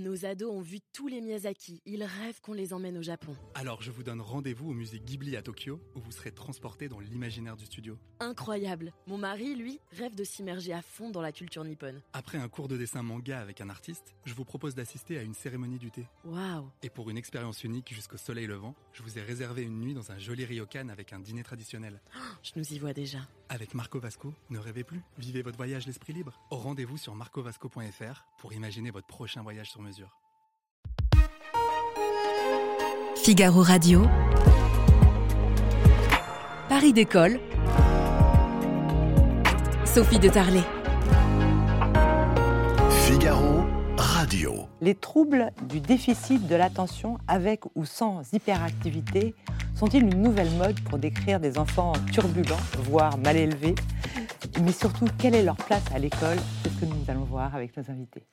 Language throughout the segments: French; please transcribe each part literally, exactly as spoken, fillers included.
Nos ados ont vu tous les Miyazaki. Ils rêvent qu'on les emmène au Japon. Alors je vous donne rendez-vous au musée Ghibli à Tokyo, où vous serez transportés dans l'imaginaire du studio. Incroyable. Mon mari, lui, rêve de s'immerger à fond dans la culture nippone. Après un cours de dessin manga avec un artiste, je vous propose d'assister à une cérémonie du thé. Waouh. Et pour une expérience unique jusqu'au soleil levant, je vous ai réservé une nuit dans un joli ryokan avec un dîner traditionnel. Oh, je nous y vois déjà. Avec Marco Vasco, ne rêvez plus, vivez votre voyage l'esprit libre. Au rendez-vous sur marco vasco point f r pour imaginer votre prochain voyage sur mesure. Figaro Radio, Paris d'école, Sophie de Tarlet. Figaro Radio. Les troubles du déficit de l'attention avec ou sans hyperactivité sont-ils une nouvelle mode pour décrire des enfants turbulents, voire mal élevés ? Mais surtout, quelle est leur place à l'école ? C'est ce que nous allons voir avec nos invités.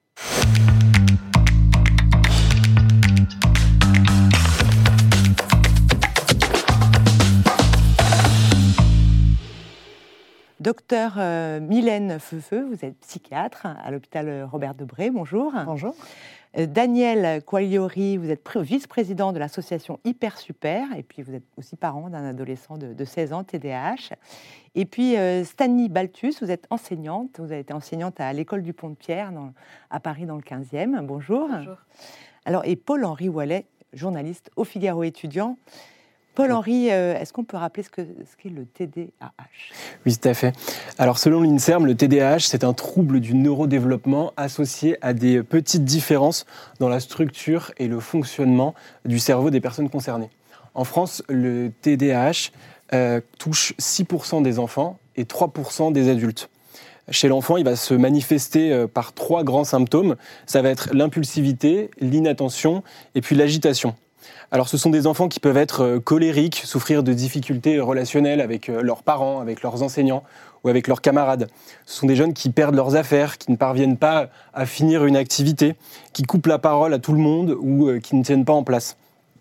Docteur euh, Mylène Feufeu, vous êtes psychiatre à l'hôpital Robert Debré. Bonjour. Bonjour. Euh, Daniel Quagliori, vous êtes pr- vice-président de l'association Hyper Super, et puis vous êtes aussi parent d'un adolescent de, de seize ans, T D A H. Et puis euh, Stani Baltus, vous êtes enseignante, vous avez été enseignante à l'école du Pont-de-Pierre dans, à Paris dans le quinzième. Bonjour. Bonjour. Alors, et Paul-Henri Wallet, journaliste au Figaro étudiant. Paul-Henri, euh, est-ce qu'on peut rappeler ce, que, ce qu'est le T D A H ? Oui, tout à fait. Alors, selon l'INSERM, le T D A H, c'est un trouble du neurodéveloppement associé à des petites différences dans la structure et le fonctionnement du cerveau des personnes concernées. En France, le T D A H euh, touche six pour cent des enfants et trois pour cent des adultes. Chez l'enfant, il va se manifester euh, par trois grands symptômes. Ça va être l'impulsivité, l'inattention et puis l'agitation. Alors, ce sont des enfants qui peuvent être colériques, souffrir de difficultés relationnelles avec leurs parents, avec leurs enseignants ou avec leurs camarades. Ce sont des jeunes qui perdent leurs affaires, qui ne parviennent pas à finir une activité, qui coupent la parole à tout le monde ou qui ne tiennent pas en place.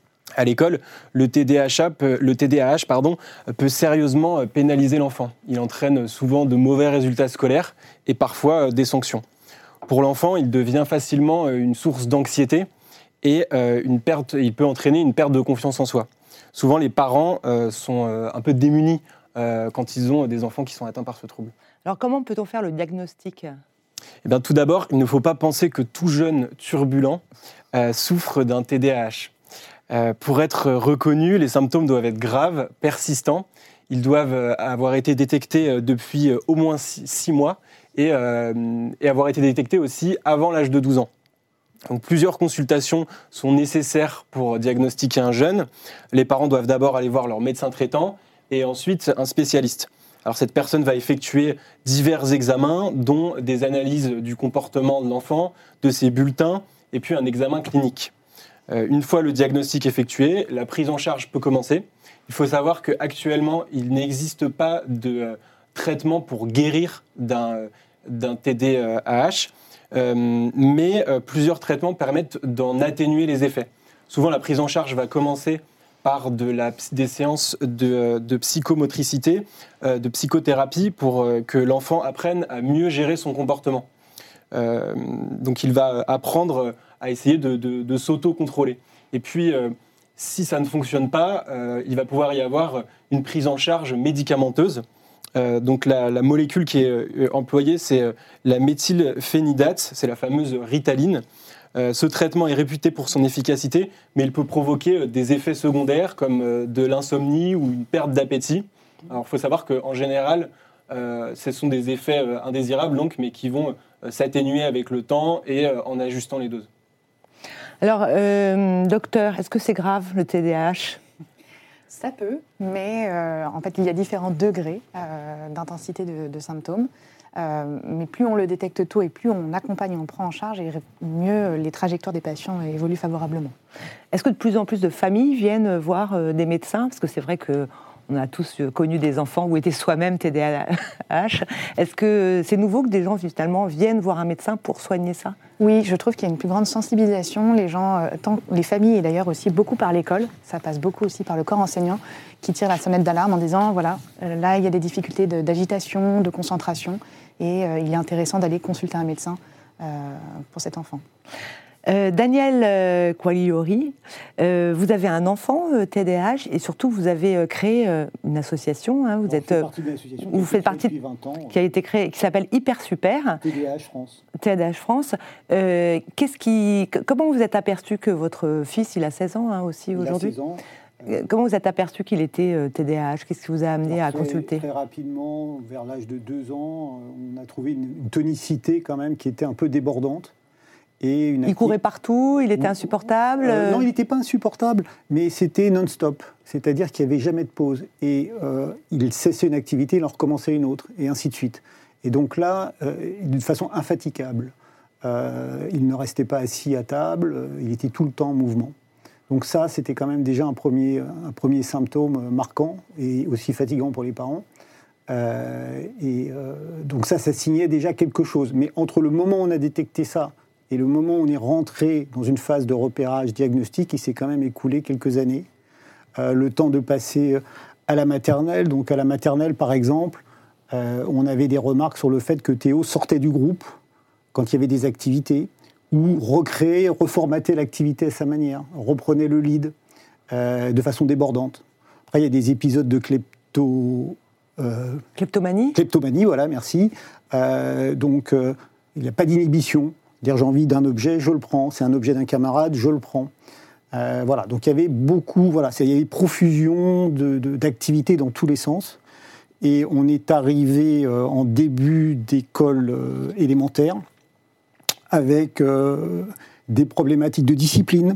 À l'école, le T D A H, le T D A H pardon, peut sérieusement pénaliser l'enfant. Il entraîne souvent de mauvais résultats scolaires et parfois des sanctions. Pour l'enfant, il devient facilement une source d'anxiété et euh, une perte, il peut entraîner une perte de confiance en soi. Souvent, les parents euh, sont euh, un peu démunis euh, quand ils ont des enfants qui sont atteints par ce trouble. Alors, comment peut-on faire le diagnostic ? Eh bien, tout d'abord, il ne faut pas penser que tout jeune turbulent euh, souffre d'un T D A H. Euh, pour être reconnu, les symptômes doivent être graves, persistants. Ils doivent avoir été détectés depuis au moins six mois et, euh, et avoir été détectés aussi avant l'âge de douze ans. Donc, plusieurs consultations sont nécessaires pour diagnostiquer un jeune. Les parents doivent d'abord aller voir leur médecin traitant et ensuite un spécialiste. Alors, cette personne va effectuer divers examens, dont des analyses du comportement de l'enfant, de ses bulletins et puis un examen clinique. Euh, une fois le diagnostic effectué, la prise en charge peut commencer. Il faut savoir qu'actuellement, il n'existe pas de euh, traitement pour guérir d'un, euh, d'un T D A H. Euh, mais euh, plusieurs traitements permettent d'en atténuer les effets. Souvent, la prise en charge va commencer par de la, des séances de, de psychomotricité, euh, de psychothérapie, pour euh, que l'enfant apprenne à mieux gérer son comportement. Euh, donc, il va apprendre à essayer de, de, de s'auto-contrôler. Et puis, euh, si ça ne fonctionne pas, euh, il va pouvoir y avoir une prise en charge médicamenteuse. Euh, donc la, la molécule qui est euh, employée, c'est euh, la méthylphénidate, c'est la fameuse Ritaline. Euh, ce traitement est réputé pour son efficacité, mais il peut provoquer euh, des effets secondaires comme euh, de l'insomnie ou une perte d'appétit. Alors il faut savoir qu'en général, euh, ce sont des effets euh, indésirables, donc, mais qui vont euh, s'atténuer avec le temps et euh, en ajustant les doses. Alors, euh, docteur, est-ce que c'est grave le T D A H ? Ça peut, mais euh, en fait, il y a différents degrés euh, d'intensité de, de symptômes. Euh, mais plus on le détecte tôt et plus on accompagne et on prend en charge, et mieux les trajectoires des patients évoluent favorablement. Est-ce que de plus en plus de familles viennent voir euh, des médecins ? Parce que c'est vrai qu'on a tous connu des enfants ou été soi-même T D A H. Est-ce que c'est nouveau que des gens finalement viennent voir un médecin pour soigner ça ? Oui, je trouve qu'il y a une plus grande sensibilisation. Les gens, euh, tant, les familles et d'ailleurs aussi beaucoup par l'école, ça passe beaucoup aussi par le corps enseignant qui tire la sonnette d'alarme en disant voilà, euh, là il y a des difficultés de, d'agitation, de concentration et euh, il est intéressant d'aller consulter un médecin euh, pour cet enfant. Euh, Daniel euh, Quagliori, euh, vous avez un enfant euh, T D A H et surtout vous avez euh, créé euh, une association. Hein, vous On êtes, fait partie d'une association vous qui, faites partie depuis vingt ans, qui a été créée, qui s'appelle Hyper Super. T D A H France. T D A H France. Euh, qu'est-ce qui, comment vous êtes aperçu que votre fils, il a seize ans hein, aussi aujourd'hui. Il a seize ans. Euh, comment vous êtes aperçu qu'il était euh, T D A H? Qu'est-ce qui vous a amené Alors, à très, consulter? Très rapidement, vers l'âge de deux ans, on a trouvé une, une tonicité quand même qui était un peu débordante. Et une il courait partout, il était insupportable euh, Non, il n'était pas insupportable, mais c'était non-stop. C'est-à-dire qu'il n'y avait jamais de pause. Et euh, il cessait une activité, il en recommençait une autre, et ainsi de suite. Et donc là, euh, d'une façon infatigable. Euh, il ne restait pas assis à table, euh, il était tout le temps en mouvement. Donc ça, c'était quand même déjà un premier, un premier symptôme marquant et aussi fatigant pour les parents. Euh, et euh, donc ça, ça signait déjà quelque chose. Mais entre le moment où on a détecté ça et le moment où on est rentré dans une phase de repérage diagnostique, il s'est quand même écoulé quelques années. Euh, le temps de passer à la maternelle. Donc à la maternelle, par exemple, euh, on avait des remarques sur le fait que Théo sortait du groupe quand il y avait des activités, ou recréer, reformater l'activité à sa manière, reprenait le lead euh, de façon débordante. Après, il y a des épisodes de klepto... Euh, kleptomanie Kleptomanie, voilà, merci. Euh, donc, euh, il n'y a pas d'inhibition. Dire j'ai envie d'un objet, je le prends. C'est un objet d'un camarade, je le prends. Euh, voilà, donc il y avait beaucoup, voilà, il y avait profusion de, de, d'activités dans tous les sens. Et on est arrivé euh, en début d'école euh, élémentaire, avec euh, des problématiques de discipline,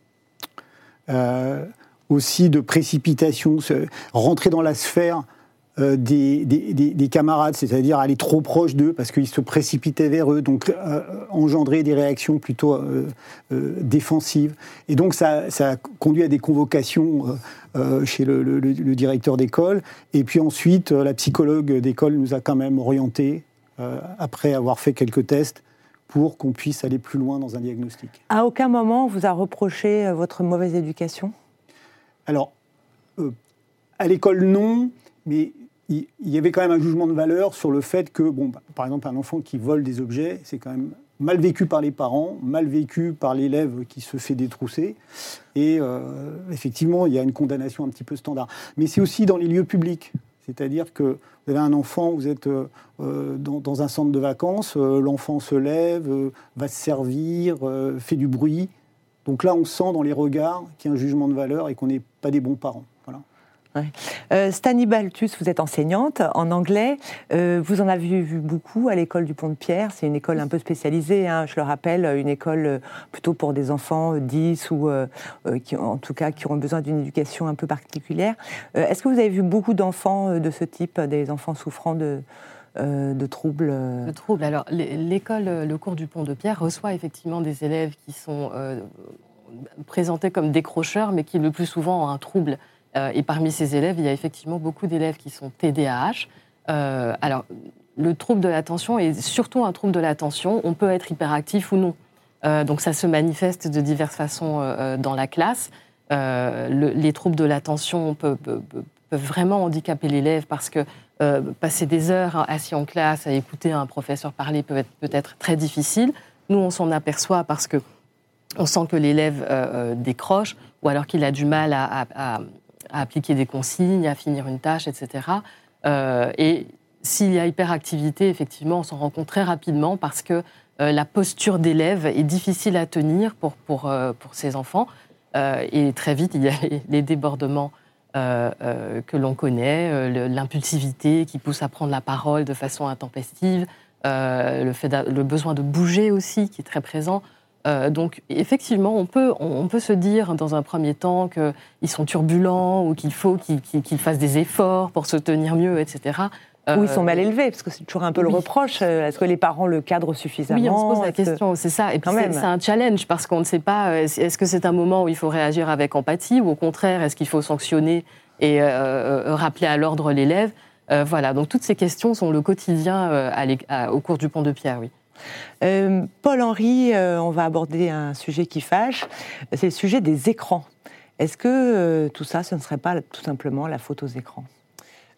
euh, aussi de précipitation, se, rentrer dans la sphère euh, des, des, des, des camarades, c'est-à-dire aller trop proche d'eux parce qu'ils se précipitaient vers eux, donc euh, engendrer des réactions plutôt euh, euh, défensives. Et donc ça, ça a conduit à des convocations euh, euh, chez le, le, le directeur d'école. Et puis ensuite, euh, la psychologue d'école nous a quand même orientés, euh, après avoir fait quelques tests, pour qu'on puisse aller plus loin dans un diagnostic. À aucun moment, on vous a reproché votre mauvaise éducation ? Alors, euh, à l'école, non, mais il, il y avait quand même un jugement de valeur sur le fait que, bon, bah, par exemple, un enfant qui vole des objets, c'est quand même mal vécu par les parents, mal vécu par l'élève qui se fait détrousser, et euh, effectivement, il y a une condamnation un petit peu standard. Mais c'est aussi dans les lieux publics. C'est-à-dire que vous avez un enfant, vous êtes euh, dans, dans un centre de vacances, euh, l'enfant se lève, euh, va se servir, euh, fait du bruit. Donc là, on sent dans les regards qu'il y a un jugement de valeur et qu'on n'est pas des bons parents. Voilà. Ouais. Euh, Stani Balthus, vous êtes enseignante en anglais. Euh, vous en avez vu beaucoup à l'école du Pont-de-Pierre. C'est une école un peu spécialisée, hein, je le rappelle, une école plutôt pour des enfants dix ou euh, qui, en tout cas qui ont besoin d'une éducation un peu particulière. Euh, est-ce que vous avez vu beaucoup d'enfants de ce type, des enfants souffrant de, euh, de troubles De troubles. Alors, l'école, le cours du Pont-de-Pierre reçoit effectivement des élèves qui sont euh, présentés comme décrocheurs, mais qui le plus souvent ont un trouble. Euh, et parmi ces élèves, il y a effectivement beaucoup d'élèves qui sont T D A H. Euh, alors, le trouble de l'attention est surtout un trouble de l'attention. On peut être hyperactif ou non. Euh, donc, ça se manifeste de diverses façons euh, dans la classe. Euh, le, les troubles de l'attention peuvent, peuvent, peuvent vraiment handicaper l'élève parce que euh, passer des heures assis en classe à écouter un professeur parler peut être, peut être très difficile. Nous, on s'en aperçoit parce que on sent que l'élève euh, décroche ou alors qu'il a du mal à, à, à à appliquer des consignes, à finir une tâche, et cetera. Euh, et s'il y a hyperactivité, effectivement, on s'en rend compte très rapidement parce que euh, la posture d'élève est difficile à tenir pour, pour, euh, pour ces enfants. Euh, et très vite, il y a les, les débordements euh, euh, que l'on connaît, euh, le, l'impulsivité qui pousse à prendre la parole de façon intempestive, euh, le, fait le besoin de bouger aussi, qui est très présent. Euh, donc, effectivement, on peut, on, on peut se dire dans un premier temps qu'ils sont turbulents ou qu'il faut qu'ils, qu'ils fassent des efforts pour se tenir mieux, et cetera. Euh, ou ils sont mal élevés, parce que c'est toujours un peu oui. le reproche. Est-ce que les parents le cadrent suffisamment ? Oui, on se pose la est-ce question, que... c'est ça. Et puis c'est, c'est un challenge, parce qu'on ne sait pas, est-ce que c'est un moment où il faut réagir avec empathie, ou au contraire, est-ce qu'il faut sanctionner et euh, rappeler à l'ordre l'élève ? euh, Voilà, donc toutes ces questions sont le quotidien euh, à à, au cours du Pont-de-Pierre, oui. Euh, Paul-Henri, euh, on va aborder un sujet qui fâche, c'est le sujet des écrans. Est-ce que euh, tout ça, ce ne serait pas tout simplement la faute aux écrans ?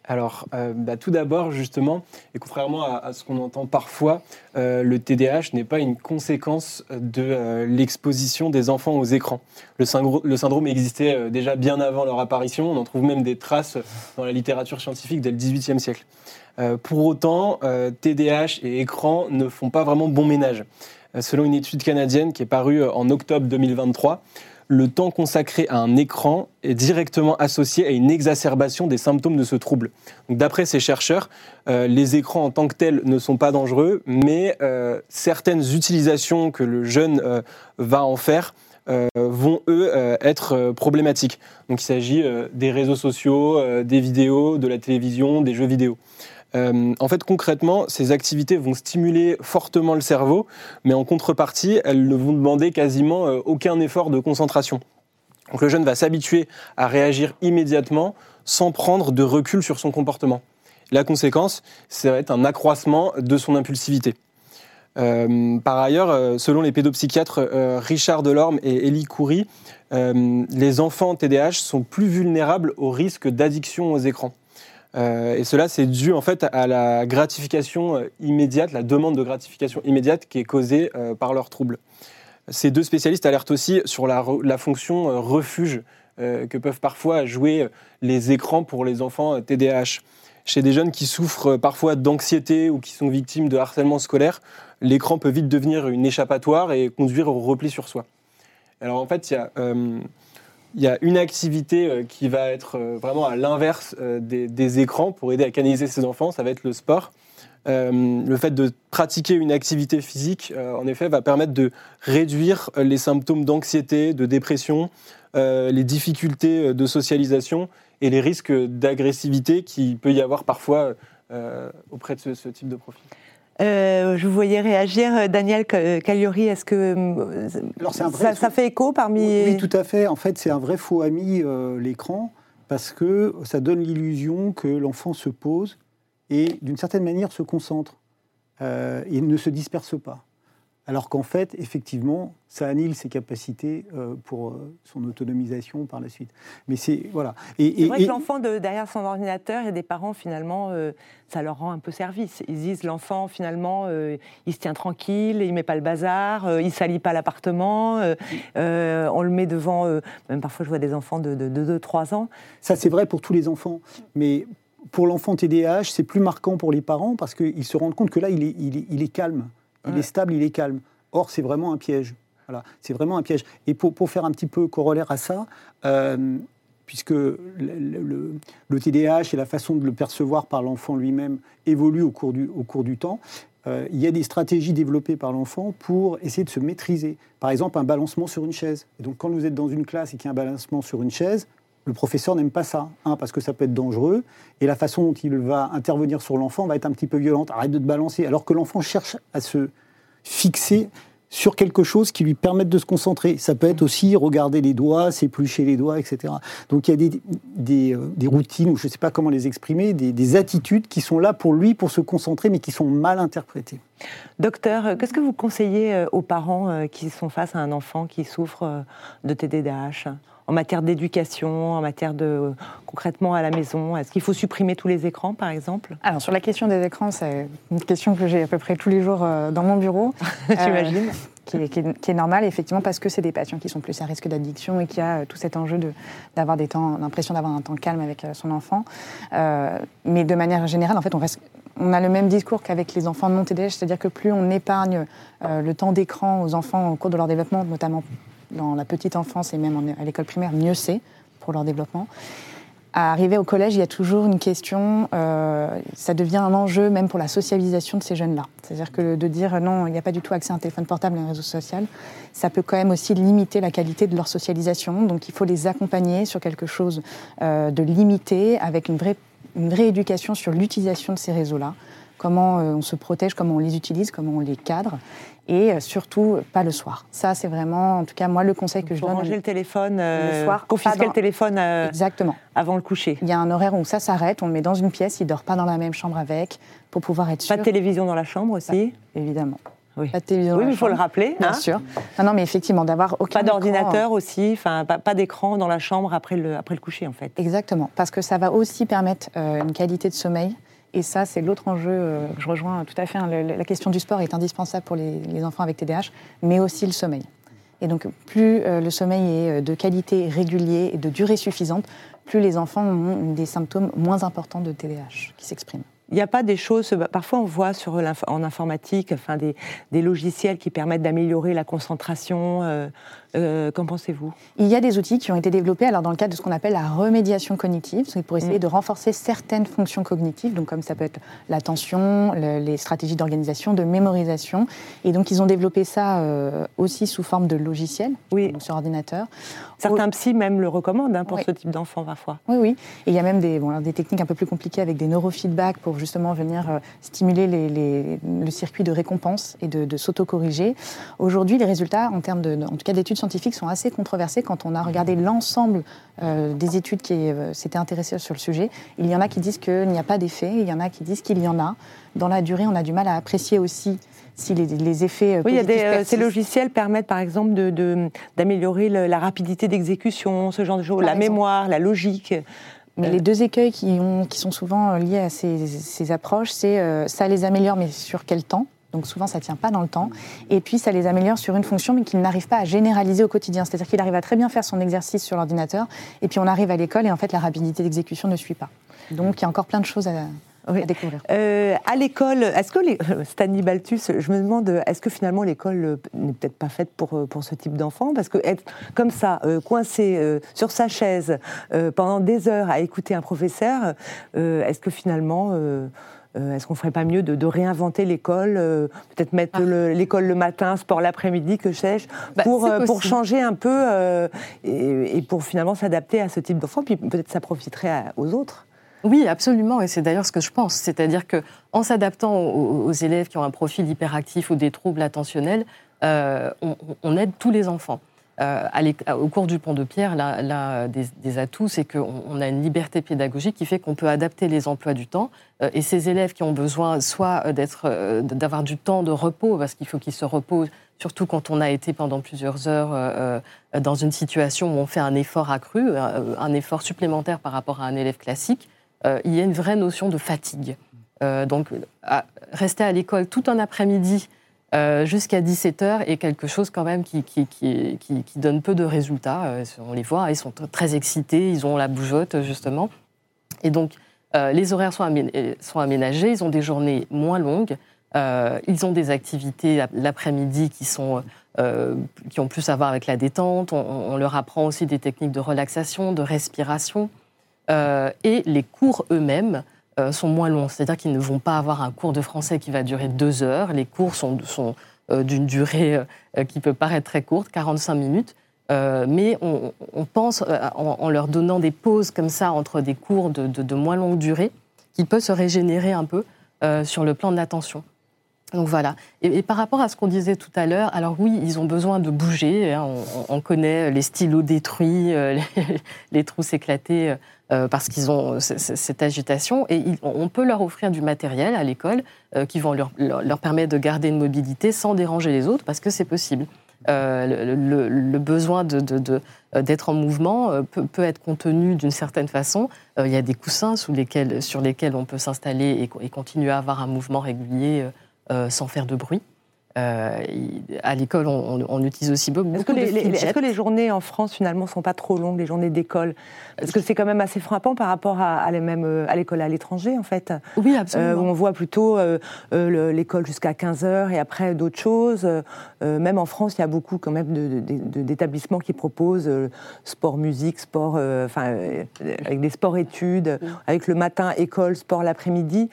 Alors, euh, bah, tout d'abord, justement, et contrairement à, à ce qu'on entend parfois, euh, le T D A H n'est pas une conséquence de euh, l'exposition des enfants aux écrans. Le, syndro- le syndrome existait euh, déjà bien avant leur apparition. On en trouve même des traces dans la littérature scientifique dès le dix-huitième siècle. Euh, pour autant, euh, T D A H et écran ne font pas vraiment bon ménage. Euh, selon une étude canadienne qui est parue en octobre deux mille vingt-trois, le temps consacré à un écran est directement associé à une exacerbation des symptômes de ce trouble. Donc, d'après ces chercheurs, euh, les écrans en tant que tels ne sont pas dangereux, mais euh, certaines utilisations que le jeune euh, va en faire euh, vont, eux, euh, être euh, problématiques. Donc, il s'agit euh, des réseaux sociaux, euh, des vidéos, de la télévision, des jeux vidéo. Euh, en fait, concrètement, ces activités vont stimuler fortement le cerveau, mais en contrepartie, elles ne vont demander quasiment euh, aucun effort de concentration. Donc le jeune va s'habituer à réagir immédiatement sans prendre de recul sur son comportement. La conséquence, ça va être un accroissement de son impulsivité. Euh, par ailleurs, euh, selon les pédopsychiatres euh, Richard Delorme et Élie Coury, euh, les enfants T D A H sont plus vulnérables au risque d'addiction aux écrans. Euh, et cela, c'est dû en fait à la gratification euh, immédiate, la demande de gratification immédiate qui est causée euh, par leurs troubles. Ces deux spécialistes alertent aussi sur la, la fonction euh, refuge euh, que peuvent parfois jouer les écrans pour les enfants euh, T D A H. Chez des jeunes qui souffrent euh, parfois d'anxiété ou qui sont victimes de harcèlement scolaire, l'écran peut vite devenir une échappatoire et conduire au repli sur soi. Alors en fait, il y a... Euh, Il y a une activité qui va être vraiment à l'inverse des, des écrans pour aider à canaliser ces enfants, ça va être le sport. Euh, le fait de pratiquer une activité physique, euh, en effet, va permettre de réduire les symptômes d'anxiété, de dépression, euh, les difficultés de socialisation et les risques d'agressivité qu'il peut y avoir parfois euh, auprès de ce, ce type de profil. Euh, je vous voyais réagir, Daniel Cagliori, est-ce que Alors, c'est un vrai ça, ça fait écho parmi... Oui, oui, tout à fait. En fait, c'est un vrai faux ami, euh, l'écran, parce que ça donne l'illusion que l'enfant se pose et, d'une certaine manière, se concentre euh, et ne se disperse pas. Alors qu'en fait, effectivement, ça annihile ses capacités euh, pour euh, son autonomisation par la suite. Mais c'est voilà. Et, c'est et, vrai et, que l'enfant de, derrière son ordinateur, il y a des parents finalement, euh, ça leur rend un peu service. Ils disent l'enfant finalement, euh, il se tient tranquille, il met pas le bazar, euh, il salit pas l'appartement, euh, euh, on le met devant. Euh, même parfois, je vois des enfants de deux trois ans. Ça, c'est vrai pour tous les enfants, mais pour l'enfant T D A H, c'est plus marquant pour les parents parce qu'ils se rendent compte que là, il est, il est, il est calme. Il est stable, il est calme. Or, c'est vraiment un piège. Voilà, c'est vraiment un piège. Et pour, pour faire un petit peu corollaire à ça, euh, puisque le, le, le T D A H et la façon de le percevoir par l'enfant lui-même évoluent au cours du, au cours du temps, euh, il y a des stratégies développées par l'enfant pour essayer de se maîtriser. Par exemple, un balancement sur une chaise. Et donc, quand vous êtes dans une classe et qu'il y a un balancement sur une chaise, le professeur n'aime pas ça, hein, parce que ça peut être dangereux, et la façon dont il va intervenir sur l'enfant va être un petit peu violente. Arrête de te balancer, alors que l'enfant cherche à se fixer sur quelque chose qui lui permette de se concentrer. Ça peut être aussi regarder les doigts, s'éplucher les doigts, et cetera. Donc il y a des, des, euh, des routines, ou je ne sais pas comment les exprimer, des, des attitudes qui sont là pour lui, pour se concentrer, mais qui sont mal interprétées. Docteur, qu'est-ce que vous conseillez aux parents qui sont face à un enfant qui souffre de T D A H ? En matière d'éducation, en matière de concrètement à la maison, est-ce qu'il faut supprimer tous les écrans, par exemple ? Alors sur la question des écrans, c'est une question que j'ai à peu près tous les jours dans mon bureau, j'imagine, euh, qui, est, qui, est, qui est normale, effectivement, parce que c'est des patients qui sont plus à risque d'addiction et qui a tout cet enjeu de, d'avoir des temps, l'impression d'avoir un temps calme avec son enfant. Euh, mais de manière générale, en fait, on reste On a le même discours qu'avec les enfants non T D A H, c'est-à-dire que plus on épargne euh, le temps d'écran aux enfants au cours de leur développement, notamment dans la petite enfance et même en, à l'école primaire, mieux c'est pour leur développement. À arriver au collège, il y a toujours une question, euh, ça devient un enjeu même pour la socialisation de ces jeunes-là. C'est-à-dire que de dire non, il n'y a pas du tout accès à un téléphone portable et à un réseau social, ça peut quand même aussi limiter la qualité de leur socialisation. Donc il faut les accompagner sur quelque chose euh, de limité, avec une vraie une vraie éducation sur l'utilisation de ces réseaux-là, comment euh, on se protège, comment on les utilise, comment on les cadre, et euh, surtout, pas le soir. Ça, c'est vraiment, en tout cas, moi, le conseil que je donne... ranger le téléphone, euh, le soir, confisquer dans... le téléphone euh, Exactement. Avant le coucher. Il y a un horaire où ça s'arrête, on le met dans une pièce, il ne dort pas dans la même chambre avec, pour pouvoir être sûr... Pas de télévision dans la chambre aussi ? Bah, évidemment. Oui. Pas de télévision. Oui, dans mais la il faut le chambre, rappeler. Bien hein. sûr. Non, non, mais effectivement, d'avoir aucun Pas d'ordinateur écran, aussi, enfin, pas, pas d'écran dans la chambre après le, après le coucher, en fait. Exactement, parce que ça va aussi permettre euh, une qualité de sommeil. Et ça, c'est l'autre enjeu euh, que je rejoins tout à fait. Hein. Le, la question du sport est indispensable pour les, les enfants avec T D A H, mais aussi le sommeil. Et donc, plus euh, le sommeil est de qualité, régulier et de durée suffisante, plus les enfants ont des symptômes moins importants de T D A H qui s'expriment. Il n'y a pas des choses, parfois on voit sur l'inf- en informatique enfin des, des logiciels qui permettent d'améliorer la concentration. Euh, euh, qu'en pensez-vous ? Il y a des outils qui ont été développés alors dans le cadre de ce qu'on appelle la remédiation cognitive, c'est pour essayer mmh. de renforcer certaines fonctions cognitives, donc comme ça peut être l'attention, le, les stratégies d'organisation, de mémorisation. Et donc ils ont développé ça euh, aussi sous forme de logiciels, oui. donc sur ordinateur. Certains psys même le recommandent hein, pour oui. ce type d'enfant parfois. Oui, oui. Et il y a même des, bon, alors, des techniques un peu plus compliquées avec des neurofeedbacks pour justement venir euh, stimuler les, les, le circuit de récompense et de, de s'autocorriger. Aujourd'hui, les résultats, en termes de, en tout cas d'études scientifiques, sont assez controversés quand on a regardé l'ensemble euh, des études qui euh, s'étaient intéressées sur le sujet. Il y en a qui disent qu'il n'y a pas d'effet, il y en a qui disent qu'il y en a. Dans la durée, on a du mal à apprécier aussi si les, les effets oui, il y a des, euh, ces logiciels permettent par exemple de, de, d'améliorer le, la rapidité d'exécution, ce genre de choses, la exemple. mémoire, la logique. Mais euh... les deux écueils qui, ont, qui sont souvent liés à ces, ces approches, c'est euh, ça les améliore, mais sur quel temps ? Donc souvent, ça ne tient pas dans le temps. Et puis, ça les améliore sur une fonction, mais qu'ils n'arrivent pas à généraliser au quotidien. C'est-à-dire qu'il arrive à très bien faire son exercice sur l'ordinateur, et puis on arrive à l'école, et en fait, la rapidité d'exécution ne suit pas. Donc, il y a encore plein de choses à... Oui. à découvrir. Euh, à l'école, est-ce que les... Stanley Balthus, je me demande, est-ce que finalement l'école n'est peut-être pas faite pour, pour ce type d'enfant ? Parce que être comme ça, euh, coincé euh, sur sa chaise euh, pendant des heures à écouter un professeur, euh, est-ce que finalement... Euh, Euh, est-ce qu'on ne ferait pas mieux de, de réinventer l'école, euh, peut-être mettre ah. le, l'école le matin, sport l'après-midi, que sais-je, bah, pour, euh, pour changer un peu euh, et, et pour finalement s'adapter à ce type d'enfant, puis peut-être ça profiterait à, aux autres. Oui, absolument, et c'est d'ailleurs ce que je pense. C'est-à-dire qu'en s'adaptant aux, aux élèves qui ont un profil hyperactif ou des troubles attentionnels, euh, on, on aide tous les enfants. Euh, à au cours du Pont de Pierre, l'un, l'un des, des atouts, c'est qu'on on a une liberté pédagogique qui fait qu'on peut adapter les emplois du temps. Euh, et ces élèves qui ont besoin soit d'être, euh, d'avoir du temps de repos, parce qu'il faut qu'ils se reposent, surtout quand on a été pendant plusieurs heures euh, dans une situation où on fait un effort accru, un, un effort supplémentaire par rapport à un élève classique, euh, il y a une vraie notion de fatigue. Euh, donc, à, rester à l'école tout un après-midi, Euh, jusqu'à dix-sept heures est quelque chose quand même qui, qui, qui, qui, qui donne peu de résultats. Euh, on les voit, ils sont t- très excités, ils ont la bougeotte justement. Et donc, euh, les horaires sont, amé- sont aménagés, ils ont des journées moins longues, euh, ils ont des activités l'après-midi qui, sont, euh, qui ont plus à voir avec la détente, on, on leur apprend aussi des techniques de relaxation, de respiration, euh, et les cours eux-mêmes Euh, sont moins longs, c'est-à-dire qu'ils ne vont pas avoir un cours de français qui va durer deux heures. Les cours sont, sont euh, d'une durée euh, qui peut paraître très courte, quarante-cinq minutes, euh, mais on, on pense, euh, en, en leur donnant des pauses comme ça entre des cours de, de, de moins longue durée, qu'ils peuvent se régénérer un peu euh, sur le plan de l'attention. Donc voilà. Et, et par rapport à ce qu'on disait tout à l'heure, alors oui, ils ont besoin de bouger. Hein, on, on connaît les stylos détruits, euh, les, les trousses éclatées, euh, parce qu'ils ont c- c- cette agitation. Et il, on peut leur offrir du matériel à l'école euh, qui vont leur, leur, leur permettre de garder une mobilité sans déranger les autres, parce que c'est possible. Euh, le, le, le besoin de, de, de, d'être en mouvement euh, peut, peut être contenu d'une certaine façon. Euh, il y a des coussins sous lesquels, sur lesquels on peut s'installer et, et continuer à avoir un mouvement régulier euh, Euh, sans faire de bruit. Euh, à l'école, on, on, on utilise aussi beaucoup est-ce que les, de les, Est-ce que les journées en France, finalement, ne sont pas trop longues, les journées d'école ? Parce que c'est quand même assez frappant par rapport à, à, les mêmes, à l'école à l'étranger, en fait. Oui, absolument. Euh, où on voit plutôt euh, euh, l'école jusqu'à quinze heures et après d'autres choses. Euh, même en France, il y a beaucoup quand même de, de, de, d'établissements qui proposent euh, sport, musique, sport, euh, enfin, euh, avec des sports-études, oui. Avec le matin, école, sport l'après-midi.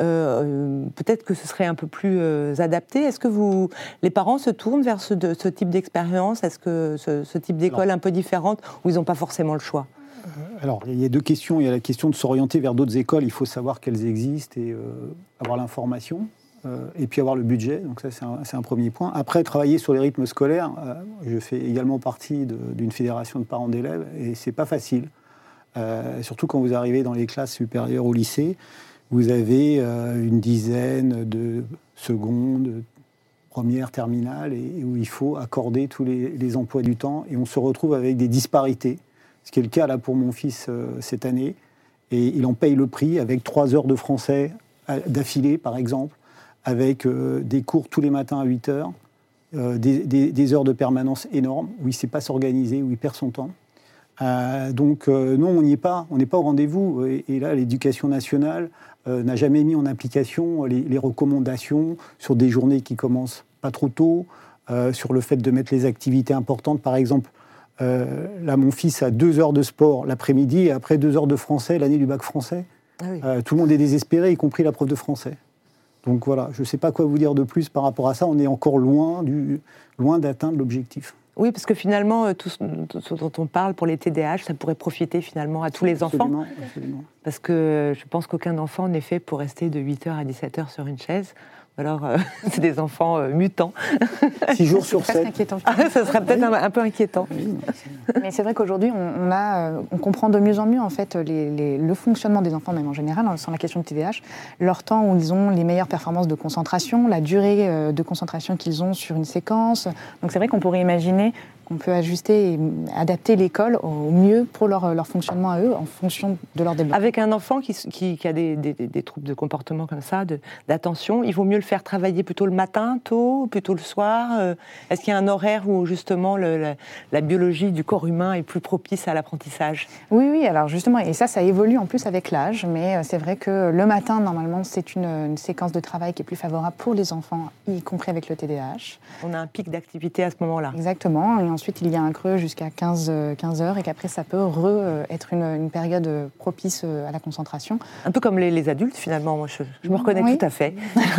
Euh, peut-être que ce serait un peu plus euh, adapté. Est-ce que vous, les parents se tournent vers ce, de, ce type d'expérience ? Est-ce que ce, ce type d'école Alors, un peu différente, où ils n'ont pas forcément le choix ? Alors, il y a deux questions. Il y a la question de s'orienter vers d'autres écoles. Il faut savoir qu'elles existent et euh, avoir l'information. Euh, et puis avoir le budget. Donc ça, c'est un, c'est un premier point. Après, travailler sur les rythmes scolaires. Euh, je fais également partie de, d'une fédération de parents d'élèves. Et c'est pas facile. Euh, surtout quand vous arrivez dans les classes supérieures au lycée. Vous avez euh, une dizaine de secondes première, terminale, et, et où il faut accorder tous les, les emplois du temps. Et on se retrouve avec des disparités, ce qui est le cas là pour mon fils euh, cette année. Et il en paye le prix avec trois heures de français d'affilée, par exemple, avec euh, des cours tous les matins à huit heures, euh, des, des, des heures de permanence énormes, où il ne sait pas s'organiser, où il perd son temps. Euh, donc euh, non, on n'y est pas, on n'est pas au rendez-vous. Et, et là, l'éducation nationale euh, n'a jamais mis en application les, les recommandations sur des journées qui commencent pas trop tôt, euh, sur le fait de mettre les activités importantes. Par exemple, euh, là, mon fils a deux heures de sport l'après-midi et après deux heures de français, l'année du bac français. Ah oui. euh, tout le monde est désespéré, y compris la prof de français. Donc voilà, je ne sais pas quoi vous dire de plus par rapport à ça. On est encore loin, du, loin d'atteindre l'objectif. Oui, parce que finalement, tout ce, tout ce dont on parle pour les T D A H, ça pourrait profiter finalement à tous les absolument, enfants. Absolument. Parce que je pense qu'aucun enfant n'est fait pour rester de huit heures à dix-sept heures sur une chaise. Alors, euh, c'est des enfants euh, mutants. Six jours sur sept. Inquiétant. Ah, ça serait peut-être oui. un, un peu inquiétant. Oui, mais c'est vrai qu'aujourd'hui, on, on, a, on comprend de mieux en mieux en fait, les, les, le fonctionnement des enfants, même en général, sans la question de T D A H, leur temps où ils ont les meilleures performances de concentration, la durée de concentration qu'ils ont sur une séquence. Donc c'est vrai qu'on pourrait imaginer qu'on peut ajuster et adapter l'école au mieux pour leur, leur fonctionnement à eux, en fonction de leur développement. Avec un enfant qui, qui, qui a des, des, des troubles de comportement comme ça, de, d'attention, il vaut mieux le faire travailler plutôt le matin, tôt, plutôt le soir. euh, Est-ce qu'il y a un horaire où justement le, la, la biologie du corps humain est plus propice à l'apprentissage ? Oui, oui, alors justement, et ça, ça évolue en plus avec l'âge, mais c'est vrai que le matin, normalement, c'est une, une séquence de travail qui est plus favorable pour les enfants, y compris avec le T D A H. On a un pic d'activité à ce moment-là. Exactement, et ensuite il y a un creux jusqu'à quinze heures, et qu'après ça peut re être une, une période propice à la concentration. Un peu comme les, les adultes finalement, moi je, je me reconnais oui. tout à fait.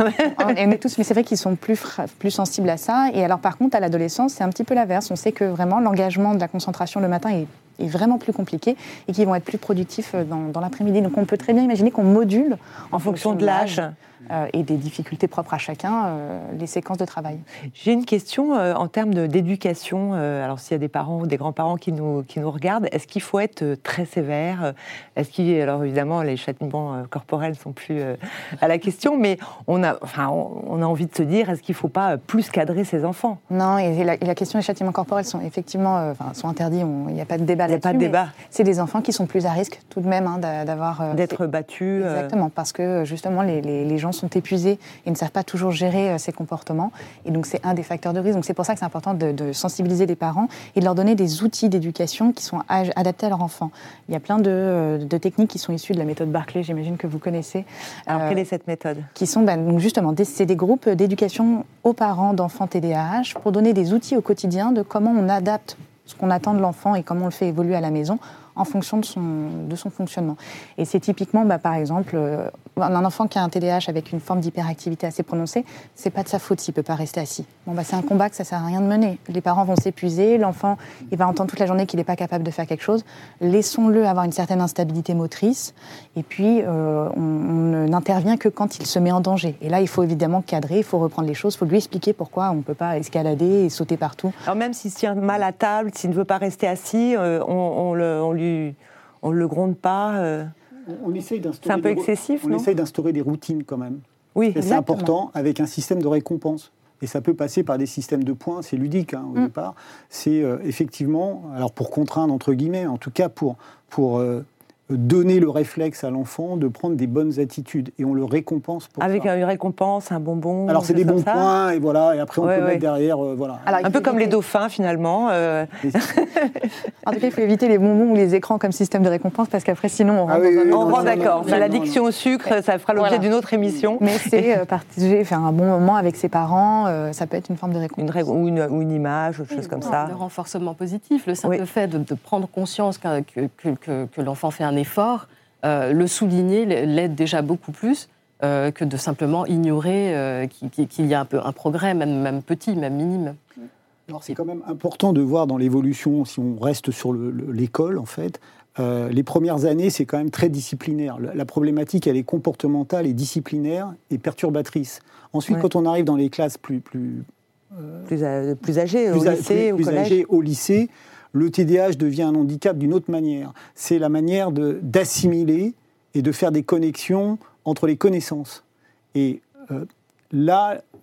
on est tous, mais c'est vrai qu'ils sont plus, plus sensibles à ça, et alors par contre à l'adolescence c'est un petit peu l'inverse, on sait que vraiment l'engagement de la concentration le matin est est vraiment plus compliqué et qui vont être plus productifs dans, dans l'après-midi. Donc on peut très bien imaginer qu'on module en, en fonction, fonction de l'âge euh, et des difficultés propres à chacun euh, les séquences de travail. J'ai une question euh, en termes de, d'éducation. Euh, alors s'il y a des parents ou des grands-parents qui nous, qui nous regardent, est-ce qu'il faut être euh, très sévère ? Est-ce qu'il, alors évidemment les châtiments euh, corporels sont plus euh, à la question, mais on a, enfin, on, on a envie de se dire, est-ce qu'il ne faut pas plus cadrer ses enfants ? Non, et la, et la question des châtiments corporels sont effectivement euh, enfin, sont interdits, il n'y a pas de débat. Il n'y a pas de débat. C'est des enfants qui sont plus à risque tout de même hein, d'avoir... Euh, D'être battus. Exactement, euh... parce que justement les, les, les gens sont épuisés et ne savent pas toujours gérer euh, ces comportements. Et donc c'est un des facteurs de risque. Donc c'est pour ça que c'est important de, de sensibiliser les parents et de leur donner des outils d'éducation qui sont adaptés à leur enfant. Il y a plein de, de techniques qui sont issues de la méthode Barclay, j'imagine que vous connaissez. Alors euh, quelle est cette méthode ? Qui sont ben, donc justement, des, c'est des groupes d'éducation aux parents d'enfants T D A H pour donner des outils au quotidien de comment on adapte ce qu'on attend de l'enfant et comment on le fait évoluer à la maison en fonction de son, de son fonctionnement. Et c'est typiquement, bah, par exemple, euh, un enfant qui a un T D A H avec une forme d'hyperactivité assez prononcée, c'est pas de sa faute s'il peut pas rester assis. Bon, bah, c'est un combat que ça sert à rien de mener. Les parents vont s'épuiser, l'enfant, il va entendre toute la journée qu'il n'est pas capable de faire quelque chose. Laissons-le avoir une certaine instabilité motrice, et puis euh, on, on n'intervient que quand il se met en danger. Et là, il faut évidemment cadrer, il faut reprendre les choses, il faut lui expliquer pourquoi on ne peut pas escalader et sauter partout. Alors même s'il se tient mal à table, s'il ne veut pas rester assis, euh, on, on, le, on lui on ne le gronde pas. Euh... On, on essaye d'instaurer. C'est un peu des, excessif, on non ? On essaye d'instaurer des routines quand même. Oui, et c'est important avec un système de récompense. Et ça peut passer par des systèmes de points, c'est ludique hein, au mm. départ. C'est euh, effectivement, alors pour contraindre entre guillemets, en tout cas pour, pour euh, donner le réflexe à l'enfant de prendre des bonnes attitudes. Et on le récompense pour avec ça. Avec une récompense, un bonbon. Alors c'est des bons points, et voilà, et après on ouais, peut ouais. mettre derrière, euh, voilà. Alors, un peu comme les dauphins finalement. Euh... En tout cas, il faut éviter les bonbons ou les écrans comme système de récompense parce qu'après, sinon, on rentre ah, oui, dans un oui, On non, rentre d'accord. non, L'addiction non. au sucre, ça fera l'objet voilà. d'une autre émission. Mais c'est euh, partager, faire un bon moment avec ses parents, euh, ça peut être une forme de récompense. Une ré... ou, une, ou une image, autre oui, chose comme non, ça. Le renforcement positif, le simple oui. fait de, de prendre conscience que, que, que, que l'enfant fait un effort, euh, le souligner l'aide déjà beaucoup plus. Euh, que de simplement ignorer euh, qu'il, qu'il y a un, peu, un progrès, même, même petit, même minime. Alors c'est quand même important de voir dans l'évolution, si on reste sur le, le, l'école en fait, euh, les premières années c'est quand même très disciplinaire. La, la problématique elle est comportementale et disciplinaire et perturbatrice. Ensuite ouais. quand on arrive dans les classes plus... plus, euh, plus, euh, plus âgées, plus au lycée, plus, au plus collège âgées, au lycée, le T D A H devient un handicap d'une autre manière. C'est la manière de, d'assimiler et de faire des connexions entre les connaissances. Et euh, là,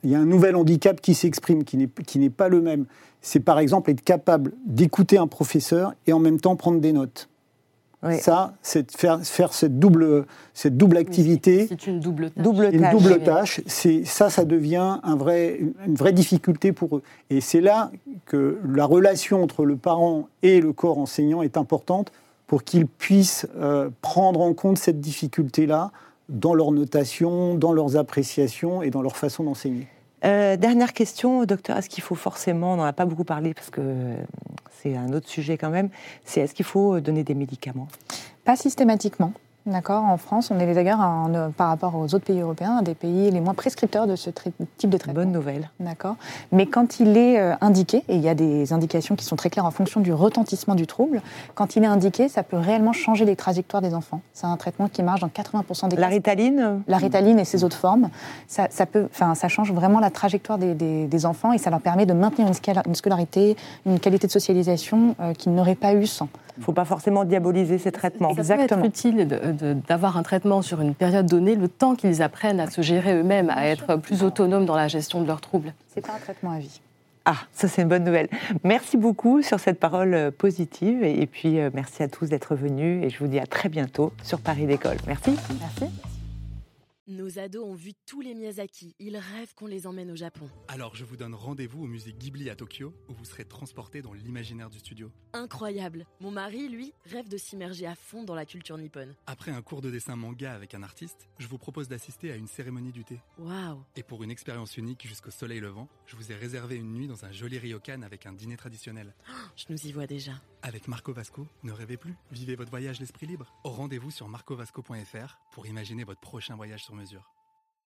il y a un nouvel handicap qui s'exprime, qui n'est, qui n'est pas le même. C'est par exemple être capable d'écouter un professeur et en même temps prendre des notes. Oui. Ça, c'est de faire, faire cette, double, cette double activité. C'est une double tâche. Double Une tâche. double oui. tâche, c'est, ça, ça devient un vrai, une vraie difficulté pour eux. Et c'est là que la relation entre le parent et le corps enseignant est importante pour qu'ils puissent euh, prendre en compte cette difficulté-là dans leur notation, dans leurs appréciations et dans leur façon d'enseigner. Euh, dernière question, docteur, est-ce qu'il faut forcément, on n'en a pas beaucoup parlé parce que c'est un autre sujet quand même, c'est est-ce qu'il faut donner des médicaments ? Pas systématiquement. D'accord. En France, on est d'ailleurs, en, euh, par rapport aux autres pays européens, un des pays les moins prescripteurs de ce trai- type de traitement. Bonne nouvelle. D'accord. Mais quand il est euh, indiqué, et il y a des indications qui sont très claires en fonction du retentissement du trouble, quand il est indiqué, ça peut réellement changer les trajectoires des enfants. C'est un traitement qui marche dans quatre-vingts pour cent des cas. La Ritaline ? La Ritaline et ses autres formes, ça, ça, peut, enfin, ça change vraiment la trajectoire des, des, des enfants et ça leur permet de maintenir une, scala- une scolarité, une qualité de socialisation euh, qu'ils n'auraient pas eu sans. Il ne faut pas forcément diaboliser ces traitements. Ça peut être utile de- de- d'avoir un traitement sur une période donnée, le temps qu'ils apprennent à se gérer eux-mêmes, à être plus autonomes dans la gestion de leurs troubles. C'est pas un traitement à vie. Ah, ça c'est une bonne nouvelle. Merci beaucoup sur cette parole positive et puis euh, merci à tous d'être venus et je vous dis à très bientôt sur Paris d'École. Merci. Merci. Nos ados ont vu tous les Miyazaki. Ils rêvent qu'on les emmène au Japon. Alors je vous donne rendez-vous au musée Ghibli à Tokyo, où vous serez transportés dans l'imaginaire du studio. Incroyable. Mon mari, lui, rêve de s'immerger à fond dans la culture nippone. Après un cours de dessin manga avec un artiste, je vous propose d'assister à une cérémonie du thé. Waouh. Et pour une expérience unique jusqu'au soleil levant, je vous ai réservé une nuit dans un joli ryokan avec un dîner traditionnel. Je nous y vois déjà. Avec Marco Vasco, ne rêvez plus, vivez votre voyage l'esprit libre. Au rendez-vous sur marco vasco point f r pour imaginer votre prochain voyage sur mesure.